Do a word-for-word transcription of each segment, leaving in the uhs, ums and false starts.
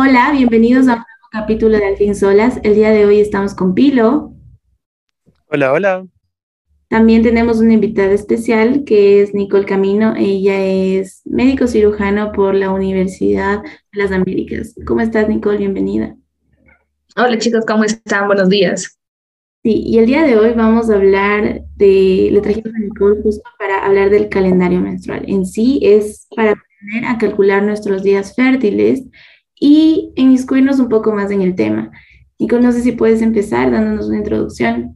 Hola, bienvenidos a un nuevo capítulo de Al fin Solas. El día de hoy estamos con Pilo. Hola, hola. También tenemos una invitada especial que es Nicole Camino. Ella es médico cirujano por la Universidad de las Américas. ¿Cómo estás, Nicole? Bienvenida. Hola chicos, ¿cómo están? Buenos días. Sí, y el día de hoy vamos a hablar de, le trajimos a Nicole justo para hablar del calendario menstrual. En sí es para aprender a calcular nuestros días fértiles y inmiscuirnos un poco más en el tema. Nicole, no sé si puedes empezar dándonos una introducción.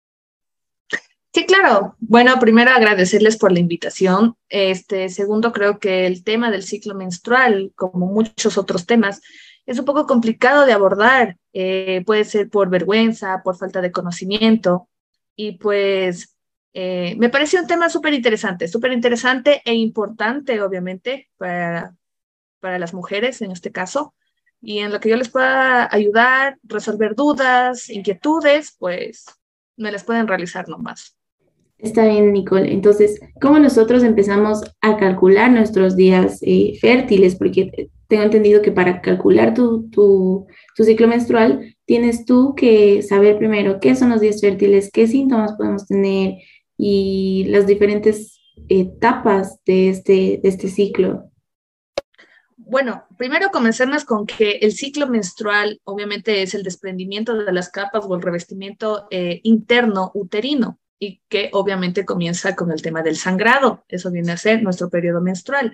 Sí, claro. Bueno, primero agradecerles por la invitación. Este, segundo, creo que el tema del ciclo menstrual, como muchos otros temas, es un poco complicado de abordar. Eh, puede ser por vergüenza, por falta de conocimiento. Y pues eh, me parece un tema súper interesante, súper interesante e importante, obviamente, para, para las mujeres en este caso. Y en lo que yo les pueda ayudar, resolver dudas, inquietudes, pues me las pueden realizar nomás. Está bien, Nicole. Entonces, ¿cómo nosotros empezamos a calcular nuestros días eh, fértiles? Porque tengo entendido que para calcular tu, tu, tu ciclo menstrual, tienes tú que saber primero qué son los días fértiles, qué síntomas podemos tener y las diferentes etapas de este, de este ciclo. Bueno, primero comencemos con que el ciclo menstrual obviamente es el desprendimiento de las capas o el revestimiento eh, interno uterino y que obviamente comienza con el tema del sangrado. Eso viene a ser nuestro periodo menstrual.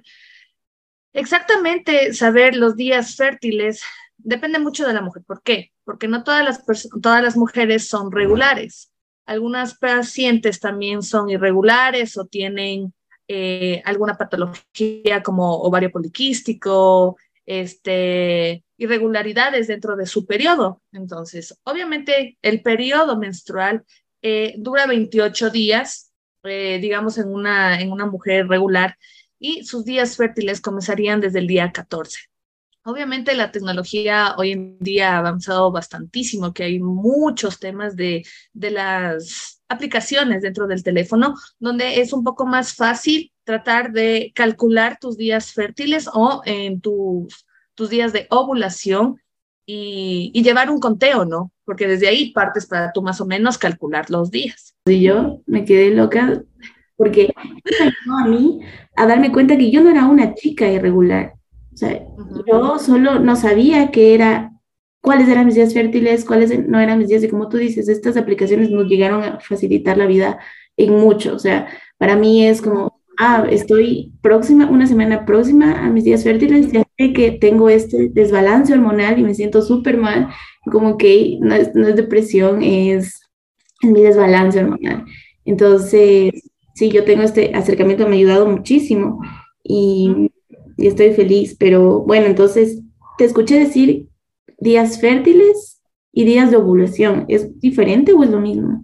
Exactamente saber los días fértiles depende mucho de la mujer. ¿Por qué? Porque no todas las, todas las mujeres son regulares. Algunas pacientes también son irregulares o tienen eh, alguna patología como ovario poliquístico, este, irregularidades dentro de su periodo. Entonces, obviamente, el periodo menstrual eh, dura veintiocho días, eh, digamos, en una, en una mujer regular y sus días fértiles comenzarían desde el día catorce. Obviamente la tecnología hoy en día ha avanzado bastantísimo, que hay muchos temas de, de las aplicaciones dentro del teléfono, donde es un poco más fácil tratar de calcular tus días fértiles o en tus, tus días de ovulación y, y llevar un conteo, ¿no? Porque desde ahí partes para tú más o menos calcular los días. Y yo me quedé loca porque eso me ayudó a mí a darme cuenta que yo no era una chica irregular. O sea, Ujú. yo solo no sabía qué era, cuáles eran mis días fértiles, cuáles no eran mis días. Y como tú dices, estas aplicaciones nos llegaron a facilitar la vida en mucho. O sea, para mí es como, ah, estoy próxima, una semana próxima a mis días fértiles, ya sé que tengo este desbalance hormonal y me siento súper mal. Como que no es, no es depresión, es en mi desbalance hormonal. Entonces, sí, yo tengo este acercamiento, me ha ayudado muchísimo y, y estoy feliz, pero bueno, entonces te escuché decir días fértiles y días de ovulación. ¿Es diferente o es lo mismo?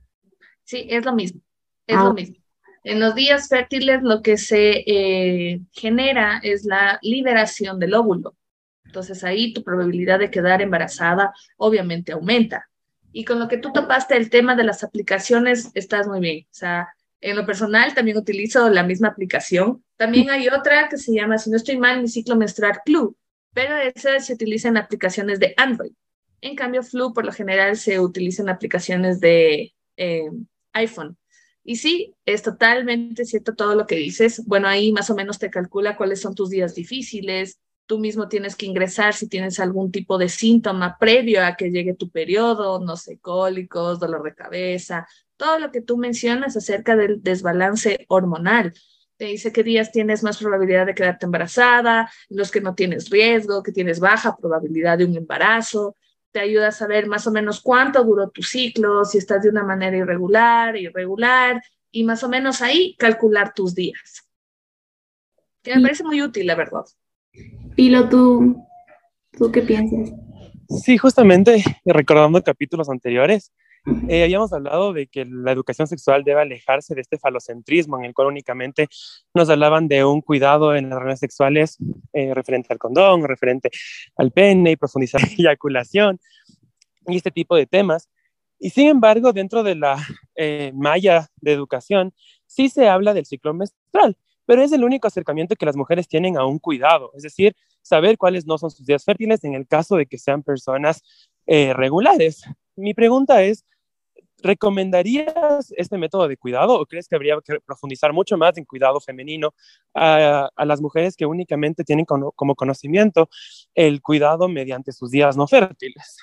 Sí, es lo mismo, es Ah, lo mismo. En los días fértiles lo que se eh, genera es la liberación del óvulo. Entonces ahí tu probabilidad de quedar embarazada obviamente aumenta. Y con lo que tú topaste el tema de las aplicaciones, estás muy bien. O sea, en lo personal también utilizo la misma aplicación. También hay otra que se llama, si no estoy mal, mi ciclo menstrual Clue, pero esa se utiliza en aplicaciones de Android. En cambio, Flu por lo general se utiliza en aplicaciones de eh, iPhone. Y sí, es totalmente cierto todo lo que dices. Bueno, ahí más o menos te calcula cuáles son tus días difíciles. Tú mismo tienes que ingresar si tienes algún tipo de síntoma previo a que llegue tu periodo, no sé, cólicos, dolor de cabeza, todo lo que tú mencionas acerca del desbalance hormonal. Te dice qué días tienes más probabilidad de quedarte embarazada, los que no tienes riesgo, que tienes baja probabilidad de un embarazo. Te ayuda a saber más o menos cuánto duró tu ciclo, si estás de una manera irregular, irregular, y más o menos ahí calcular tus días. Que me y parece muy útil, la verdad. Pilo, ¿tú, tú qué piensas? Sí, justamente recordando capítulos anteriores, eh, habíamos hablado de que la educación sexual debe alejarse de este falocentrismo en el cual únicamente nos hablaban de un cuidado en las relaciones sexuales eh, referente al condón, referente al pene y profundizar en eyaculación y este tipo de temas. Y sin embargo, dentro de la eh, malla de educación, sí se habla del ciclo menstrual, pero es el único acercamiento que las mujeres tienen a un cuidado. Es decir, saber cuáles no son sus días fértiles en el caso de que sean personas eh, regulares. Mi pregunta es, ¿recomendarías este método de cuidado o crees que habría que profundizar mucho más en cuidado femenino a, a las mujeres que únicamente tienen como, como conocimiento el cuidado mediante sus días no fértiles?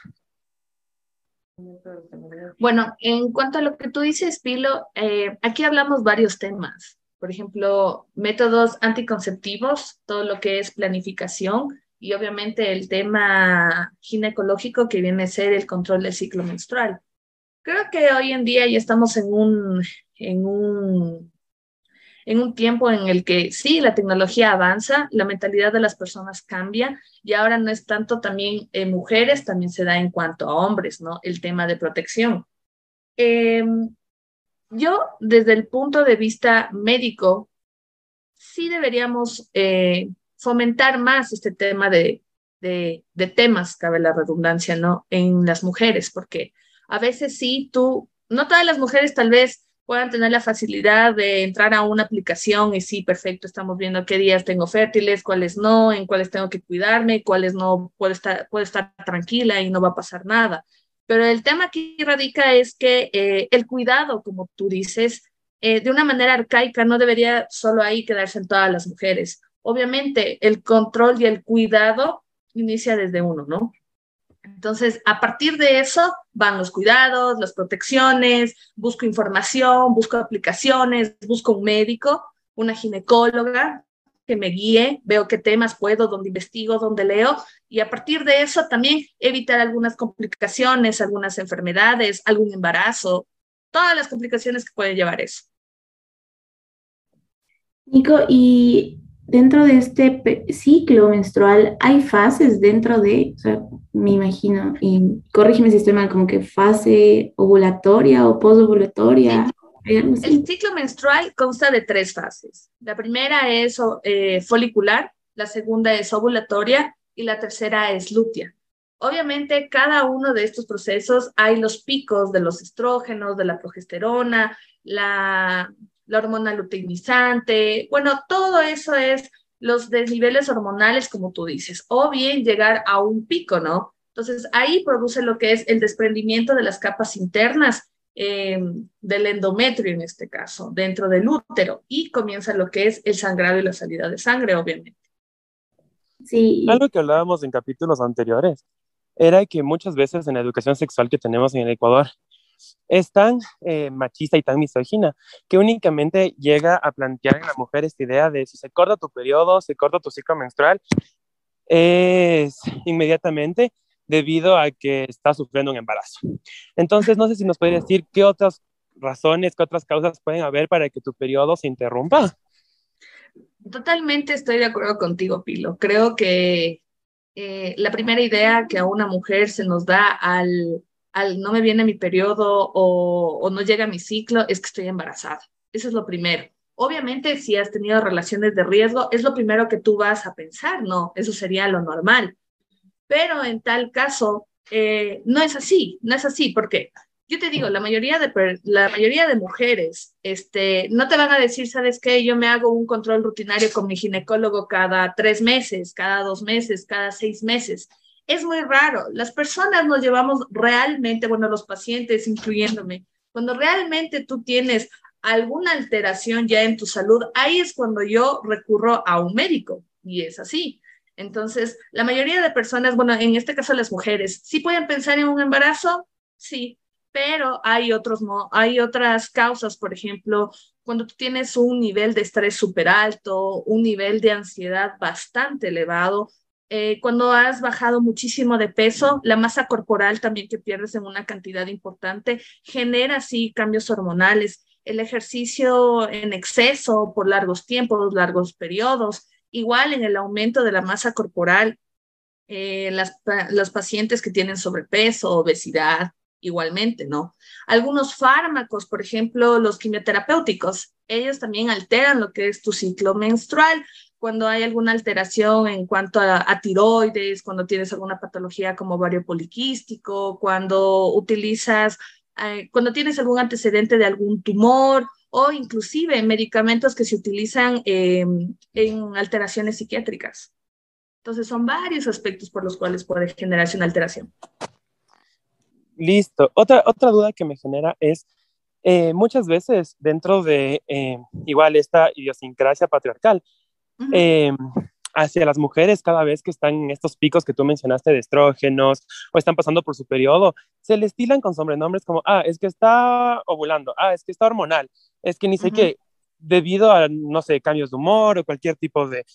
Bueno, en cuanto a lo que tú dices, Pilo, eh, aquí hablamos varios temas. Por ejemplo, métodos anticonceptivos, todo lo que es planificación y obviamente el tema ginecológico que viene a ser el control del ciclo menstrual. Creo que hoy en día ya estamos en un, en un, en un tiempo en el que sí, la tecnología avanza, la mentalidad de las personas cambia y ahora no es tanto también en mujeres, también se da en cuanto a hombres, ¿no? El tema de protección. Eh, yo, desde el punto de vista médico, sí deberíamos eh, fomentar más este tema de, de, de temas, cabe la redundancia, ¿no? En las mujeres, porque a veces sí, tú, no todas las mujeres tal vez puedan tener la facilidad de entrar a una aplicación y sí, perfecto, estamos viendo qué días tengo fértiles, cuáles no, en cuáles tengo que cuidarme, cuáles no, puedo estar, puedo estar tranquila y no va a pasar nada. Pero el tema aquí radica es que eh, el cuidado, como tú dices, eh, de una manera arcaica no debería solo ahí quedarse en todas las mujeres. Obviamente, el control y el cuidado inicia desde uno, ¿no? Entonces, a partir de eso van los cuidados, las protecciones, busco información, busco aplicaciones, busco un médico, una ginecóloga que me guíe, veo qué temas puedo, dónde investigo, dónde leo, y a partir de eso también evitar algunas complicaciones, algunas enfermedades, algún embarazo, todas las complicaciones que puede llevar eso. Nico, y dentro de este pe- ciclo menstrual, ¿hay fases dentro de, o sea, me imagino, y corrígeme si estoy mal, como que fase ovulatoria o Sí, posovulatoria, ¿hay algo el así? ciclo menstrual consta de tres fases. La primera es eh, folicular, la segunda es ovulatoria y la tercera es lútea. Obviamente, cada uno de estos procesos hay los picos de los estrógenos, de la progesterona, la, la hormona luteinizante. Bueno, todo eso es los desniveles hormonales, como tú dices, o bien llegar a un pico, ¿no? Entonces, ahí produce lo que es el desprendimiento de las capas internas eh, del endometrio en este caso, dentro del útero, y comienza lo que es el sangrado y la salida de sangre, obviamente. Sí, Algo que hablábamos en capítulos anteriores era que muchas veces en la educación sexual que tenemos en el Ecuador es tan eh, machista y tan misógina que únicamente llega a plantear en la mujer esta idea de si se corta tu periodo, se corta tu ciclo menstrual, es inmediatamente debido a que está sufriendo un embarazo. Entonces, no sé si nos puede decir qué otras razones, qué otras causas pueden haber para que tu periodo se interrumpa. Totalmente estoy de acuerdo contigo, Pilo. Creo que eh, la primera idea que a una mujer se nos da al, al no me viene mi periodo o, o no llega mi ciclo es que estoy embarazada. Eso es lo primero. Obviamente, si has tenido relaciones de riesgo, es lo primero que tú vas a pensar, ¿no? Eso sería lo normal. Pero en tal caso, eh, no es así, no es así, porque yo te digo, la mayoría de, per- la mayoría de mujeres este, no te van a decir, ¿sabes qué? Yo me hago un control rutinario con mi ginecólogo cada tres meses, cada dos meses, cada seis meses. Es muy raro. Las personas nos llevamos realmente, bueno, los pacientes, incluyéndome, cuando realmente tú tienes alguna alteración ya en tu salud, ahí es cuando yo recurro a un médico, y es así. Entonces, la mayoría de personas, bueno, en este caso las mujeres, sí pueden pensar en un embarazo, sí, pero hay otros no, hay otras causas, por ejemplo, cuando tú tienes un nivel de estrés súper alto, un nivel de ansiedad bastante elevado, eh, cuando has bajado muchísimo de peso, la masa corporal también que pierdes en una cantidad importante genera sí cambios hormonales, el ejercicio en exceso por largos tiempos, largos periodos, igual en el aumento de la masa corporal, eh, las, los pacientes que tienen sobrepeso, obesidad, igualmente, ¿no? Algunos fármacos, por ejemplo, los quimioterapéuticos, ellos también alteran lo que es tu ciclo menstrual. Cuando hay alguna alteración en cuanto a, a tiroides, cuando tienes alguna patología como ovario poliquístico, cuando utilizas, eh, cuando tienes algún antecedente de algún tumor o inclusive medicamentos que se utilizan eh, en alteraciones psiquiátricas. Entonces son varios aspectos por los cuales puede generarse una alteración. Listo. Otra, otra duda que me genera es, eh, muchas veces dentro de eh, igual esta idiosincrasia patriarcal, Uh-huh. eh, hacia las mujeres cada vez que están en estos picos que tú mencionaste de estrógenos o están pasando por su periodo, se les tilan con sobrenombres como, ah, es que está ovulando, ah, es que está hormonal, es que ni sé Uh-huh. qué, debido a, no sé, cambios de humor o cualquier tipo de,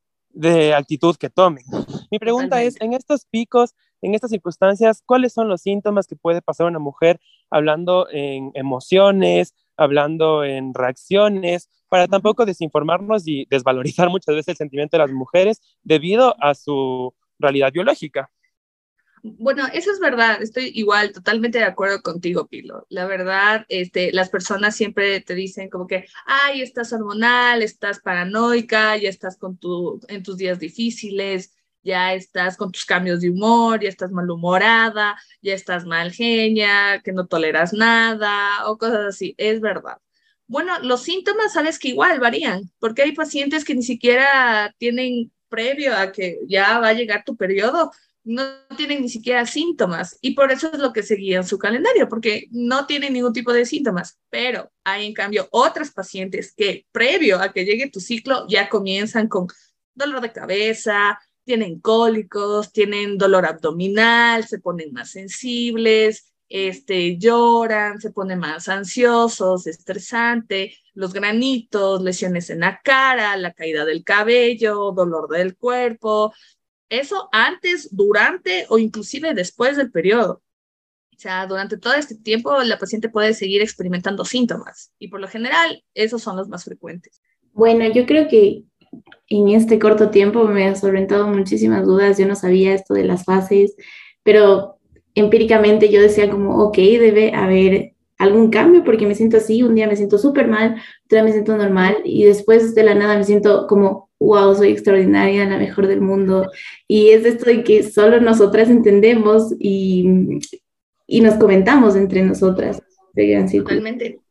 de actitud que tomen. Mi pregunta es, Totalmente. en estos picos, en estas circunstancias, ¿cuáles son los síntomas que puede pasar una mujer hablando en emociones, hablando en reacciones, para Uh-huh. tampoco desinformarnos y desvalorizar muchas veces el sentimiento de las mujeres debido a su realidad biológica? Bueno, eso es verdad, estoy igual, totalmente de acuerdo contigo, Pilo. La verdad, este, las personas siempre te dicen como que, ay, estás hormonal, estás paranoica, ya estás con tu, en tus días difíciles, ya estás con tus cambios de humor, ya estás malhumorada, ya estás mal genia, que no toleras nada o cosas así. Es verdad. Bueno, los síntomas, sabes que igual varían, porque hay pacientes que ni siquiera tienen previo a que ya va a llegar tu periodo, no tienen ni siquiera síntomas y por eso es lo que seguía en su calendario, porque no tienen ningún tipo de síntomas, pero hay en cambio otras pacientes que previo a que llegue tu ciclo ya comienzan con dolor de cabeza, tienen cólicos, tienen dolor abdominal, se ponen más sensibles, este, lloran, se ponen más ansiosos, estresante, los granitos, lesiones en la cara, la caída del cabello, dolor del cuerpo, eso antes, durante o inclusive después del periodo. O sea, durante todo este tiempo la paciente puede seguir experimentando síntomas y por lo general esos son los más frecuentes. Bueno, yo creo que en este corto tiempo me ha solventado muchísimas dudas. Yo no sabía esto de las fases, pero empíricamente yo decía como, ok, debe haber algún cambio porque me siento así, un día me siento súper mal, otro día me siento normal y después de la nada me siento como, wow, soy extraordinaria, la mejor del mundo. Y es esto de que solo nosotras entendemos y, y nos comentamos entre nosotras, de gran círculo. Totalmente.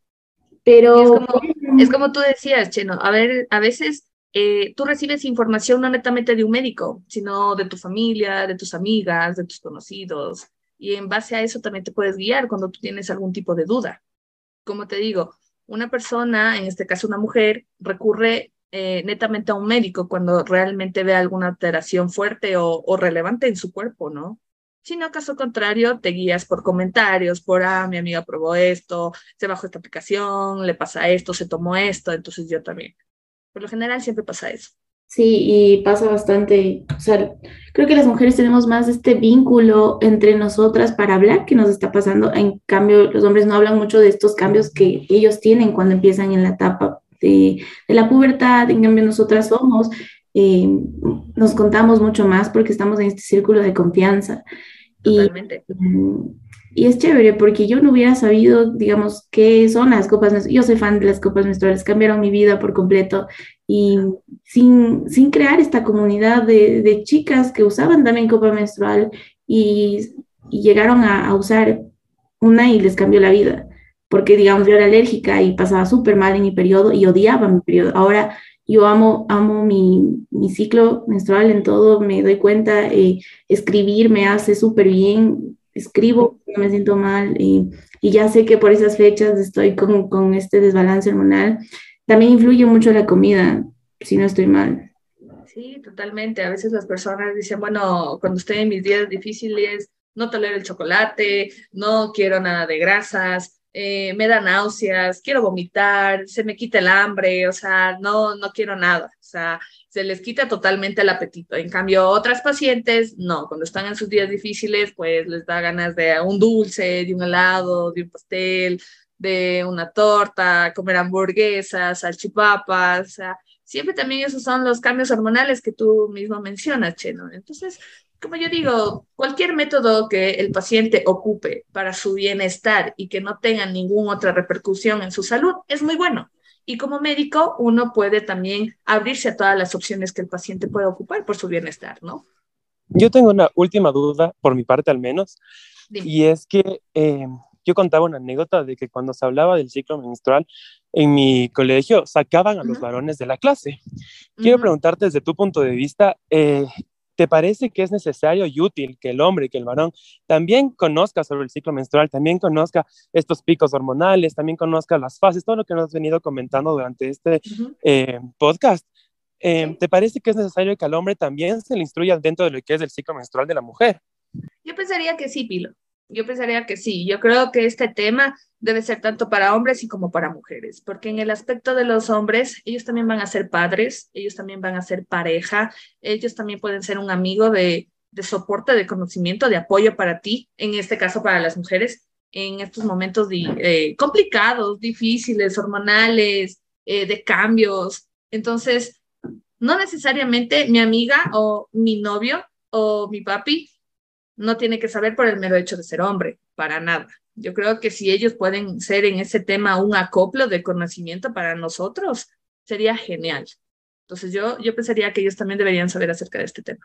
Y es Pero, como, es como tú decías, Cheno, a ver, a veces eh, tú recibes información no netamente de un médico, sino de tu familia, de tus amigas, de tus conocidos, y en base a eso también te puedes guiar cuando tú tienes algún tipo de duda. Como te digo, una persona, en este caso una mujer, recurre eh, netamente a un médico cuando realmente ve alguna alteración fuerte o, o relevante en su cuerpo, ¿no? Si no, caso contrario, te guías por comentarios, por, ah, mi amiga probó esto, se bajó esta aplicación, le pasa esto, se tomó esto, entonces yo también. Por lo general siempre pasa eso. sí, y pasa bastante, o sea, creo que las mujeres tenemos más este vínculo entre nosotras para hablar qué nos está pasando. En cambio, los hombres no hablan mucho de estos cambios que ellos tienen cuando empiezan en la etapa de, de la pubertad. En cambio, nosotras somos, eh, nos contamos mucho más porque estamos en este círculo de confianza. Y, Totalmente. mm, y es chévere porque yo no hubiera sabido, digamos, qué son las copas menstruales. Yo soy fan de las copas menstruales, cambiaron mi vida por completo. Y sin, sin crear esta comunidad de, de chicas que usaban también copa menstrual y, y llegaron a, a usar una y les cambió la vida. Porque, digamos, yo era alérgica y pasaba súper mal en mi periodo y odiaba mi periodo. Ahora yo amo, amo mi, mi ciclo menstrual en todo, me doy cuenta, eh, escribir me hace súper bien, escribo, no me siento mal y, y ya sé que por esas fechas estoy con, con este desbalance hormonal. También influye mucho la comida, si no estoy mal. Sí, totalmente. A veces las personas dicen, bueno, cuando estoy en mis días difíciles, no tolero el chocolate, no quiero nada de grasas, eh, me da náuseas, quiero vomitar, se me quita el hambre, o sea, no, no quiero nada, o sea, se les quita totalmente el apetito. En cambio, otras pacientes, no, cuando están en sus días difíciles, pues les da ganas de un dulce, de un helado, de un pastel, de una torta, comer hamburguesas, salchipapas, o sea, siempre también esos son los cambios hormonales que tú mismo mencionas, Cheno. Entonces, como yo digo, cualquier método que el paciente ocupe para su bienestar y que no tenga ninguna otra repercusión en su salud es muy bueno. Y como médico, uno puede también abrirse a todas las opciones que el paciente puede ocupar por su bienestar, ¿no? Yo tengo una última duda, por mi parte al menos, Dime. y es que eh, yo contaba una anécdota de que cuando se hablaba del ciclo menstrual en mi colegio sacaban a Uh los -huh. varones de la clase. Uh Quiero -huh. preguntarte desde tu punto de vista, eh, ¿te parece que es necesario y útil que el hombre, que el varón, también conozca sobre el ciclo menstrual, también conozca estos picos hormonales, también conozca las fases, todo lo que nos has venido comentando durante este Ujú. eh, podcast? Eh, Sí. ¿Te parece que es necesario que al hombre también se le instruya dentro de lo que es el ciclo menstrual de la mujer? Yo pensaría que sí, Pilo. Yo pensaría que sí. Yo creo que este tema debe ser tanto para hombres y como para mujeres, porque en el aspecto de los hombres, ellos también van a ser padres, ellos también van a ser pareja, ellos también pueden ser un amigo de, de soporte, de conocimiento, de apoyo para ti, en este caso para las mujeres, en estos momentos de, eh, complicados, difíciles, hormonales, eh, de cambios. Entonces, no necesariamente mi amiga o mi novio o mi papi no tiene que saber por el mero hecho de ser hombre, para nada. Yo creo que si ellos pueden ser en ese tema un acoplo de conocimiento para nosotros, sería genial. Entonces yo, yo pensaría que ellos también deberían saber acerca de este tema.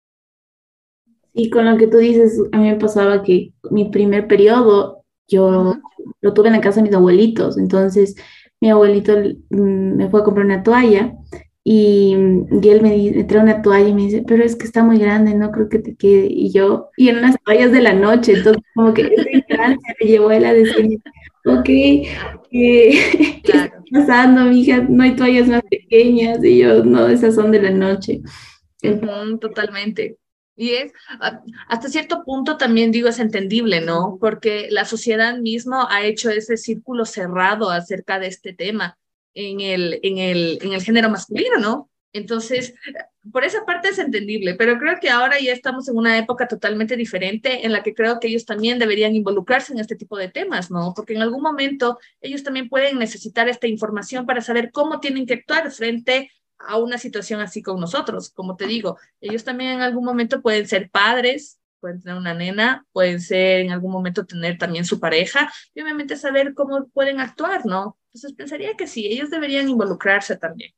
Y con lo que tú dices, a mí me pasaba que mi primer periodo yo Ujú. lo tuve en la casa de mis abuelitos. Entonces, mi abuelito mm, me fue a comprar una toalla y, y él me, di- me trae una toalla y me dice, pero es que está muy grande, no creo que te quede. Y yo, y en unas toallas de la noche, entonces, como que esa instancia me llevó él a decirme, ok, Ah, ¿qué, qué está claro. pasando, mija? No hay toallas más pequeñas. Y yo, no, esas son de la noche. Ujú, totalmente. Y es, a- hasta cierto punto también digo, es entendible, ¿no? Porque la sociedad mismo ha hecho ese círculo cerrado acerca de este tema en el, en el, en el género masculino, ¿no? Entonces, por esa parte es entendible, pero creo que ahora ya estamos en una época totalmente diferente en la que creo que ellos también deberían involucrarse en este tipo de temas, ¿no? Porque en algún momento ellos también pueden necesitar esta información para saber cómo tienen que actuar frente a una situación así con nosotros. Como te digo, ellos también en algún momento pueden ser padres, pueden tener una nena, pueden ser en algún momento tener también su pareja y obviamente saber cómo pueden actuar, ¿no? Entonces pensaría que sí, ellos deberían involucrarse también.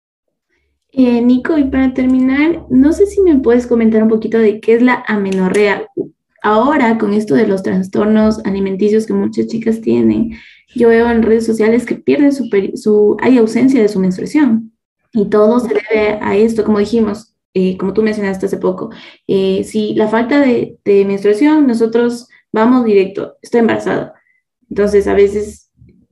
Eh, Nico, y para terminar, no sé si me puedes comentar un poquito de qué es la amenorrea. Ahora, con esto de los trastornos alimenticios que muchas chicas tienen, yo veo en redes sociales que pierden su, peri- su hay ausencia de su menstruación. Y todo se debe a esto, como dijimos, eh, como tú mencionaste hace poco. Eh, si la falta de, de menstruación, nosotros vamos directo, estoy embarazada. Entonces, a veces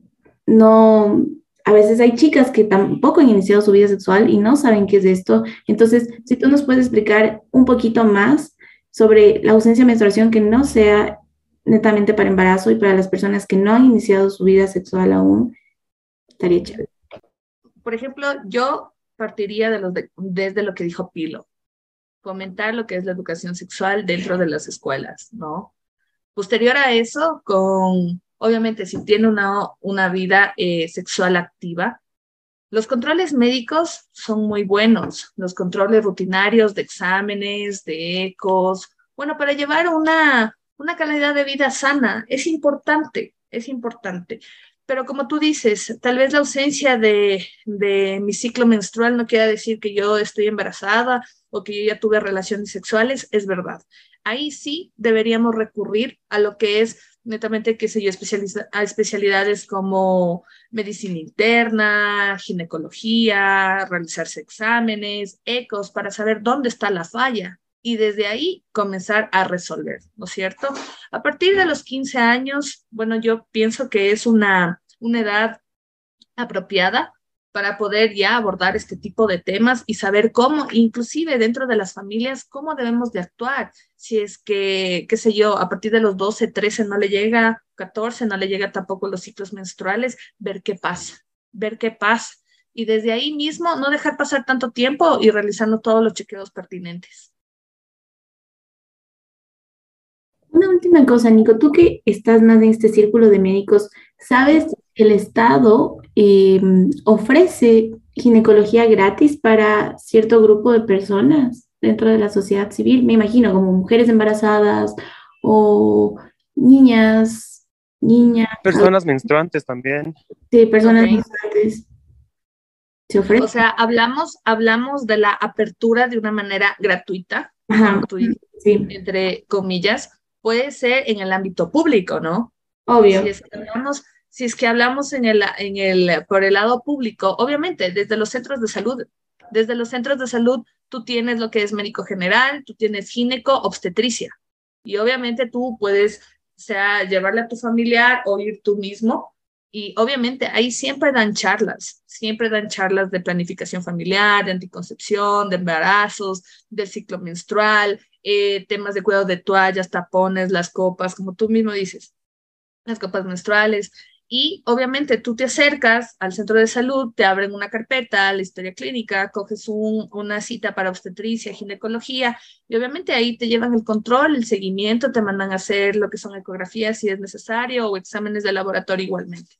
no, a veces hay chicas que tampoco han iniciado su vida sexual y no saben qué es esto. Entonces, si tú nos puedes explicar un poquito más sobre la ausencia de menstruación que no sea netamente para embarazo y para las personas que no han iniciado su vida sexual aún, estaría chévere. Por ejemplo, yo partiría de los de- desde lo que dijo Pilo, fomentar lo que es la educación sexual dentro de las escuelas, ¿no? Posterior a eso, con, obviamente, si tiene una, una vida eh, sexual activa, los controles médicos son muy buenos, los controles rutinarios de exámenes, de ecos, bueno, para llevar una, una calidad de vida sana es importante, es importante. Pero como tú dices, tal vez la ausencia de, de mi ciclo menstrual no quiere decir que yo estoy embarazada o que yo ya tuve relaciones sexuales, es verdad. Ahí sí deberíamos recurrir a lo que es netamente, qué sé yo, especializa- a especialidades como medicina interna, ginecología, realizarse exámenes, ecos para saber dónde está la falla y desde ahí comenzar a resolver, ¿no es cierto? A partir de los quince años, bueno, yo pienso que es una, una edad apropiada para poder ya abordar este tipo de temas y saber cómo, inclusive dentro de las familias, cómo debemos de actuar. Si es que, qué sé yo, a partir de los doce trece no le llega, catorce no le llega tampoco los ciclos menstruales, ver qué pasa, ver qué pasa. Y desde ahí mismo no dejar pasar tanto tiempo y realizando todos los chequeos pertinentes. Una última cosa, Nico, tú que estás más en este círculo de médicos, ¿sabes ¿Mm? que el Estado eh, ofrece ginecología gratis para cierto grupo de personas dentro de la sociedad civil? Me imagino, como mujeres embarazadas o niñas, niñas, Personas menstruantes también. sí, Ok. personas migrantes, se O ofrece. sea, hablamos, hablamos de la apertura de una manera gratuita, Ajá, como tú dices, sí, entre comillas, puede ser en el ámbito público, ¿no? Si obvio. es que hablamos, si es que hablamos en el, en el, por el lado público, obviamente, desde los centros de salud, desde los centros de salud tú tienes lo que es médico general, tú tienes gineco, obstetricia. Y obviamente tú puedes, sea, llevarle a tu familiar o ir tú mismo. Y obviamente ahí siempre dan charlas, siempre dan charlas de planificación familiar, de anticoncepción, de embarazos, del ciclo menstrual, eh, temas de cuidado de toallas, tapones, las copas, como tú mismo dices, las copas menstruales. Y obviamente tú te acercas al centro de salud, te abren una carpeta, la historia clínica, coges un, una cita para obstetricia, ginecología, y obviamente ahí te llevan el control, el seguimiento, te mandan a hacer lo que son ecografías si es necesario o exámenes de laboratorio igualmente.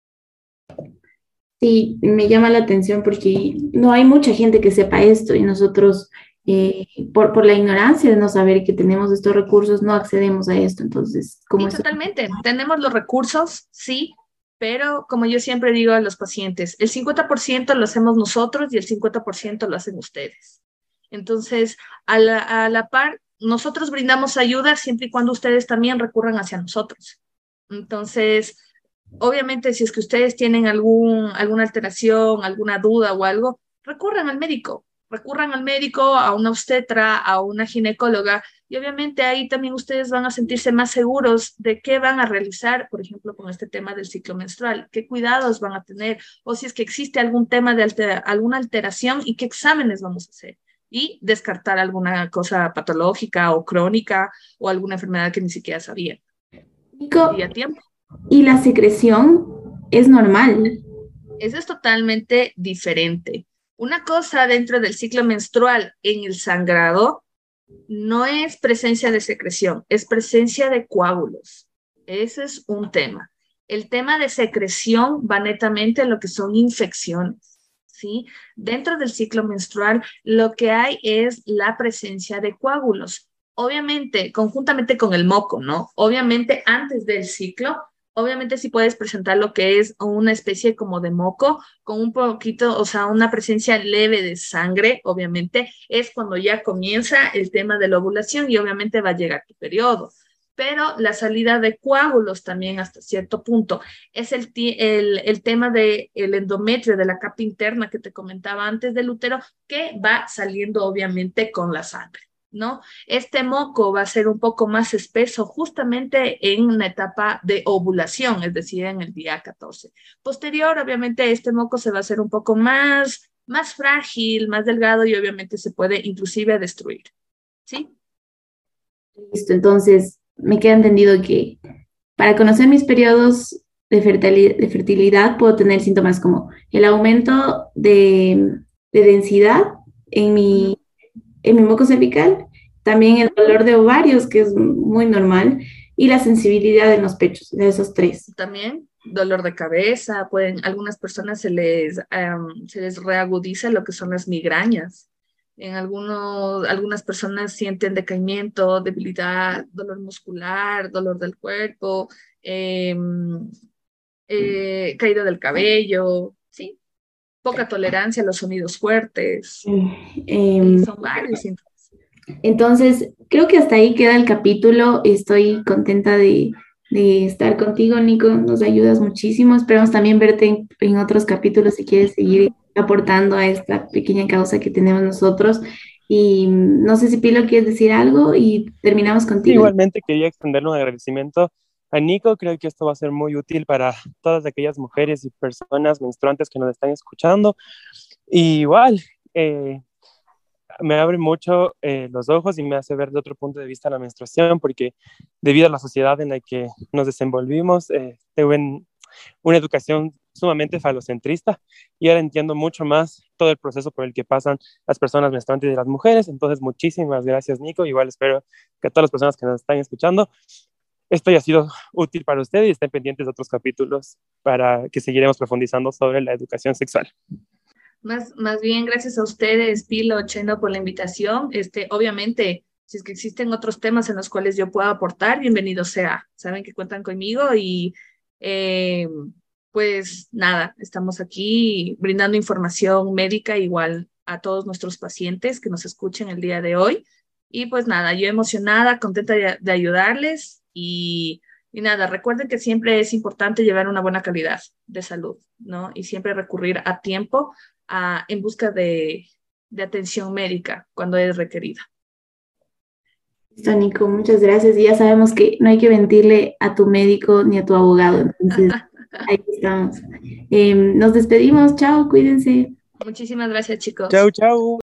Sí, me llama la atención porque no hay mucha gente que sepa esto y nosotros, eh, por, por la ignorancia de no saber que tenemos estos recursos, no accedemos a esto. Entonces, como Sí, eso, totalmente. Tenemos los recursos, sí, pero como yo siempre digo a los pacientes, el cincuenta por ciento lo hacemos nosotros y el cincuenta por ciento lo hacen ustedes. Entonces, a la, a la par, nosotros brindamos ayuda siempre y cuando ustedes también recurran hacia nosotros. Entonces, obviamente, si es que ustedes tienen algún, alguna alteración, alguna duda o algo, recurran al médico, recurran al médico, a una obstetra, a una ginecóloga, y obviamente ahí también ustedes van a sentirse más seguros de qué van a realizar, por ejemplo, con este tema del ciclo menstrual, qué cuidados van a tener, o si es que existe algún tema de altera, alguna alteración y qué exámenes vamos a hacer. Y descartar alguna cosa patológica o crónica o alguna enfermedad que ni siquiera sabían. Y Nico, a tiempo. y la secreción es normal. Eso es totalmente diferente. Una cosa dentro del ciclo menstrual en el sangrado no es presencia de secreción, es presencia de coágulos. Ese es un tema. El tema de secreción va netamente en lo que son infecciones, ¿sí? Dentro del ciclo menstrual lo que hay es la presencia de coágulos. Obviamente, conjuntamente con el moco, ¿no? Obviamente antes del ciclo, obviamente sí puedes presentar lo que es una especie como de moco, con un poquito, o sea, una presencia leve de sangre, obviamente, es cuando ya comienza el tema de la ovulación y obviamente va a llegar tu periodo. Pero la salida de coágulos también hasta cierto punto es el, el, el tema del endometrio, de la capa interna que te comentaba antes del útero, que va saliendo obviamente con la sangre, ¿no? Este moco va a ser un poco más espeso justamente en la etapa de ovulación, es decir, en el día catorce. Posterior, obviamente, este moco se va a hacer un poco más, más frágil, más delgado y obviamente se puede inclusive destruir, ¿sí? Listo, entonces me queda entendido que para conocer mis periodos de fertilidad, de fertilidad puedo tener síntomas como el aumento de, de densidad en Ujú. mi, en mi moco cervical, también el dolor de ovarios, que es muy normal, y la sensibilidad en los pechos, de esos tres. También dolor de cabeza, pueden, algunas personas se les, um, se les reagudiza lo que son las migrañas. En algunos, algunas personas sienten decaimiento, debilidad, dolor muscular, dolor del cuerpo, eh, eh, caída del cabello, ¿sí? Poca tolerancia a los sonidos fuertes. Y Eh, son varios síntomas. entonces, creo que hasta ahí queda el capítulo. Estoy contenta de, de estar contigo, Nico. Nos ayudas muchísimo. Esperamos también verte en, en otros capítulos si quieres seguir aportando a esta pequeña causa que tenemos nosotros. Y mm, no sé si Pilo quieres decir algo y terminamos contigo. Igualmente quería extenderle un agradecimiento a Nico. Creo que esto va a ser muy útil para todas aquellas mujeres y personas menstruantes que nos están escuchando. Y igual, eh, me abre mucho eh, los ojos y me hace ver de otro punto de vista la menstruación, porque debido a la sociedad en la que nos desenvolvimos, eh, tengo en una educación sumamente falocentrista y ahora entiendo mucho más todo el proceso por el que pasan las personas menstruantes y las mujeres. Entonces, muchísimas gracias, Nico. Igual espero que a todas las personas que nos están escuchando esto haya sido útil para ustedes y estén pendientes de otros capítulos para que seguiremos profundizando sobre la educación sexual. Más, más bien, gracias a ustedes, Pilo, Cheno, por la invitación. Este, obviamente, si es que existen otros temas en los cuales yo pueda aportar, bienvenido sea. Saben que cuentan conmigo y eh, pues nada, estamos aquí brindando información médica igual a todos nuestros pacientes que nos escuchen el día de hoy. Y pues nada, yo emocionada, contenta de, de ayudarles y, y nada, recuerden que siempre es importante llevar una buena calidad de salud, ¿no? Y siempre recurrir a tiempo a, en busca de, de atención médica cuando es requerida. Listo, Nico, muchas gracias. Y ya sabemos que no hay que mentirle a tu médico ni a tu abogado. Entonces, ahí estamos. Eh, nos despedimos. Chao, cuídense. Muchísimas gracias, chicos. Chau, chau.